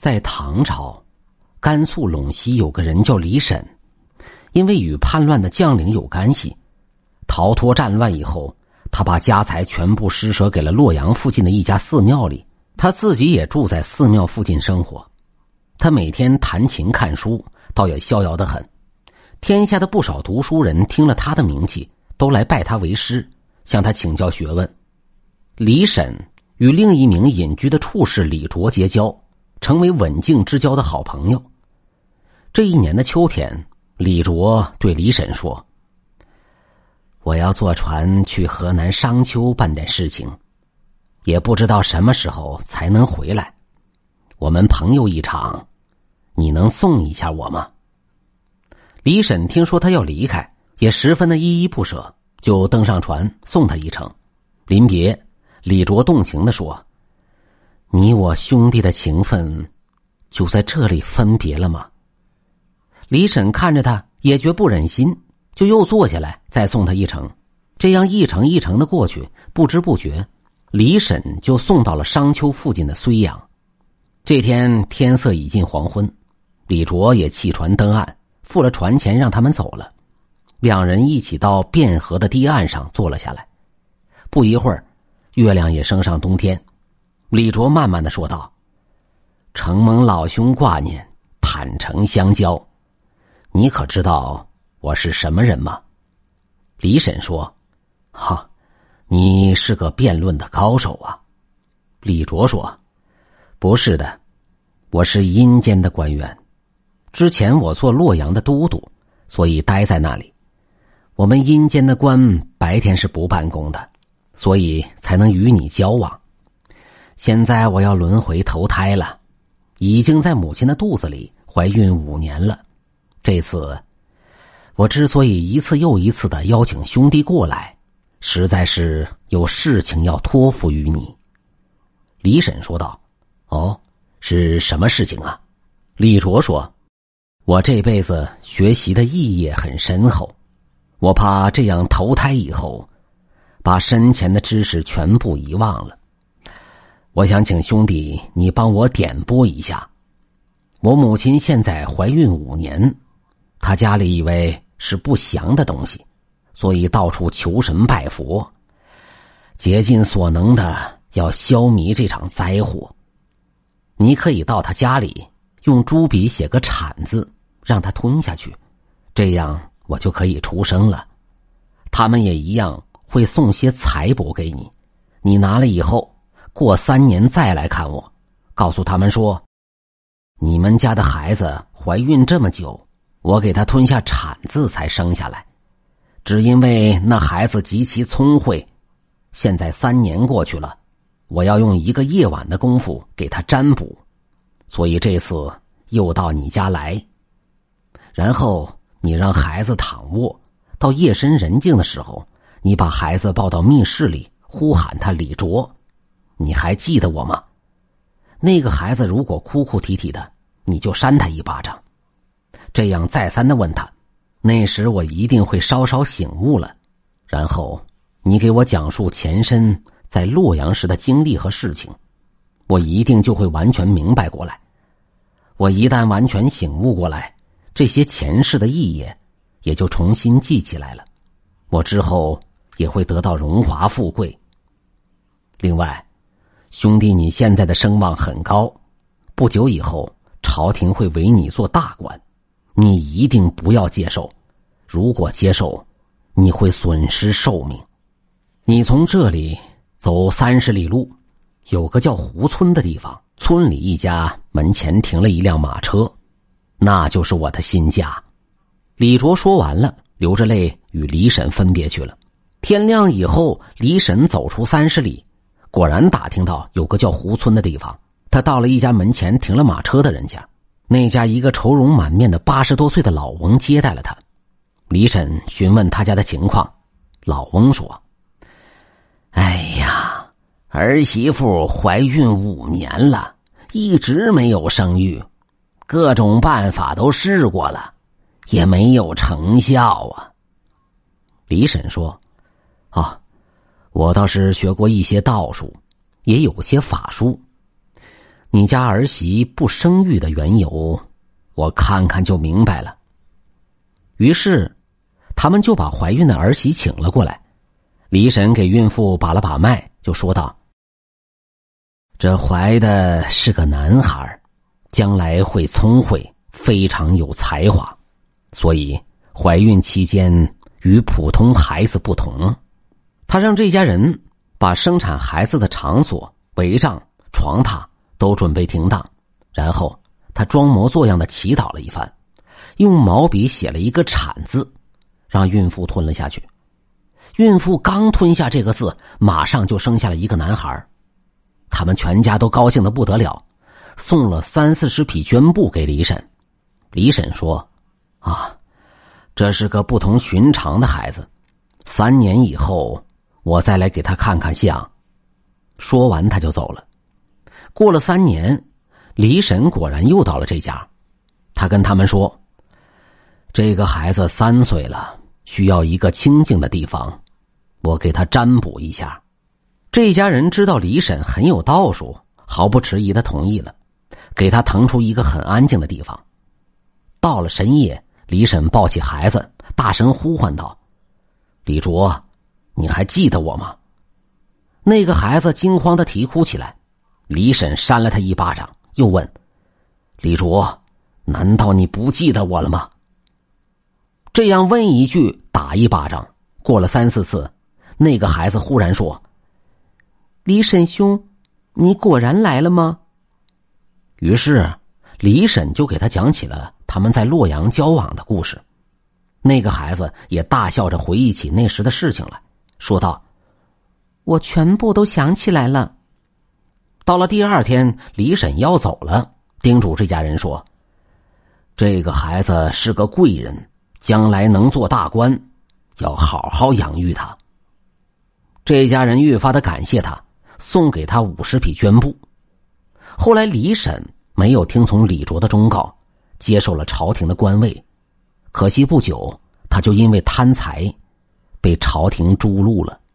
在唐朝，甘肃陇西有个人叫李沈，因为与叛乱的将领有干系，逃脱战乱以后，他把家财全部施舍给了洛阳附近的一家寺庙里，他自己也住在寺庙附近生活。他每天弹琴看书，倒也逍遥得很。天下的不少读书人听了他的名气，都来拜他为师，向他请教学问。李沈与另一名隐居的处士李卓结交，成为刎颈之交的好朋友。这一年的秋天，李卓对李沈说：“我要坐船去河南商丘办点事情，也不知道什么时候才能回来。我们朋友一场，你能送一下我吗？”李沈听说他要离开，也十分的依依不舍，就登上船送他一程。临别，李卓动情地说：“你我兄弟的情分就在这里分别了吗？”李沈看着他也觉不忍心，就又坐下来再送他一程。这样一程一程的过去，不知不觉李沈就送到了商丘附近的睢阳。这天天色已近黄昏，李卓也弃船登岸，付了船钱让他们走了。两人一起到汴河的堤岸上坐了下来。不一会儿，月亮也升上冬天。李卓慢慢的说道：“承蒙老兄挂念，坦诚相交。你可知道我是什么人吗？”李沈说：“哈，你是个辩论的高手啊。”李卓说：“不是的，我是阴间的官员。之前我做洛阳的都督，所以待在那里。我们阴间的官白天是不办公的，所以才能与你交往。现在我要轮回投胎了，已经在母亲的肚子里怀孕5年了。这次我之所以一次又一次的邀请兄弟过来，实在是有事情要托付于你。”李沈说道：“哦，是什么事情啊？”李卓说：“我这辈子学习的意业很深厚，我怕这样投胎以后，把身前的知识全部遗忘了。我想请兄弟你帮我点拨一下。我母亲现在怀孕5年，她家里以为是不祥的东西，所以到处求神拜佛，竭尽所能的要消弭这场灾祸。你可以到她家里用朱笔写个产字，让她吞下去，这样我就可以出生了。他们也一样会送些财帛给你，你拿了以后，过3年再来看我，告诉他们说，你们家的孩子怀孕这么久，我给他吞下产字才生下来，只因为那孩子极其聪慧。现在3年过去了，我要用1个夜晚的功夫给他占卜，所以这次又到你家来。然后你让孩子躺卧，到夜深人静的时候，你把孩子抱到密室里，呼喊他李卓。你还记得我吗？那个孩子如果哭哭啼啼的，你就扇他1巴掌。这样再三的问他，那时我一定会稍稍醒悟了。然后你给我讲述前身在洛阳时的经历和事情，我一定就会完全明白过来。我一旦完全醒悟过来，这些前世的意业也就重新记起来了，我之后也会得到荣华富贵。另外，兄弟你现在的声望很高，不久以后朝廷会委你做大官，你一定不要接受，如果接受，你会损失寿命。你从这里走30里路，有个叫胡村的地方，村里一家门前停了一辆马车，那就是我的新家。李卓说完了，流着泪与李沈分别去了。天亮以后，李沈走出30里，果然打听到有个叫胡村的地方。他到了一家门前停了马车的人家，那家一个愁容满面的80多岁的老翁接待了他。李沈询问他家的情况，老翁说：“哎呀，儿媳妇怀孕5年了，一直没有生育，各种办法都试过了，也没有成效啊。”李沈说：“啊，我倒是学过一些道术，也有些法术。 你家儿媳不生育的缘由，我看看就明白了。”于是他们就把怀孕的儿媳请了过来。李婶给孕妇把了把脉，就说道：“这怀的是个男孩，将来会聪慧，非常有才华，所以怀孕期间与普通孩子不同。”他让这家人把生产孩子的场所、围帐、床榻都准备停当，然后他装模作样的祈祷了一番，用毛笔写了一个产字，让孕妇吞了下去。孕妇刚吞下这个字，马上就生下了一个男孩。他们全家都高兴得不得了，送了30-40匹绢布给李婶。李婶说：“啊，这是个不同寻常的孩子，3年以后我再来给他看看相。”说完他就走了。过了3年，李婶果然又到了这家。他跟他们说：“这个孩子3岁了，需要一个清静的地方，我给他占卜一下。”这家人知道李婶很有道术，毫不迟疑地同意了，给他腾出一个很安静的地方。到了深夜，李婶抱起孩子，大声呼唤道：“李卓，你还记得我吗？”那个孩子惊慌地啼哭起来。李婶扇了他一巴掌，又问：“李卓，难道你不记得我了吗？”这样问一句打一巴掌，过了3-4次，那个孩子忽然说：“李婶兄，你果然来了吗？”于是李婶就给他讲起了他们在洛阳交往的故事。那个孩子也大笑着回忆起那时的事情来，说道：“我全部都想起来了。”到了第2天，李婶要走了，叮嘱这家人说：“这个孩子是个贵人，将来能做大官，要好好养育他。”这家人愈发的感谢他，送给他50匹绢布。后来李婶没有听从李卓的忠告，接受了朝廷的官位，可惜不久他就因为贪财被朝廷诛戮了。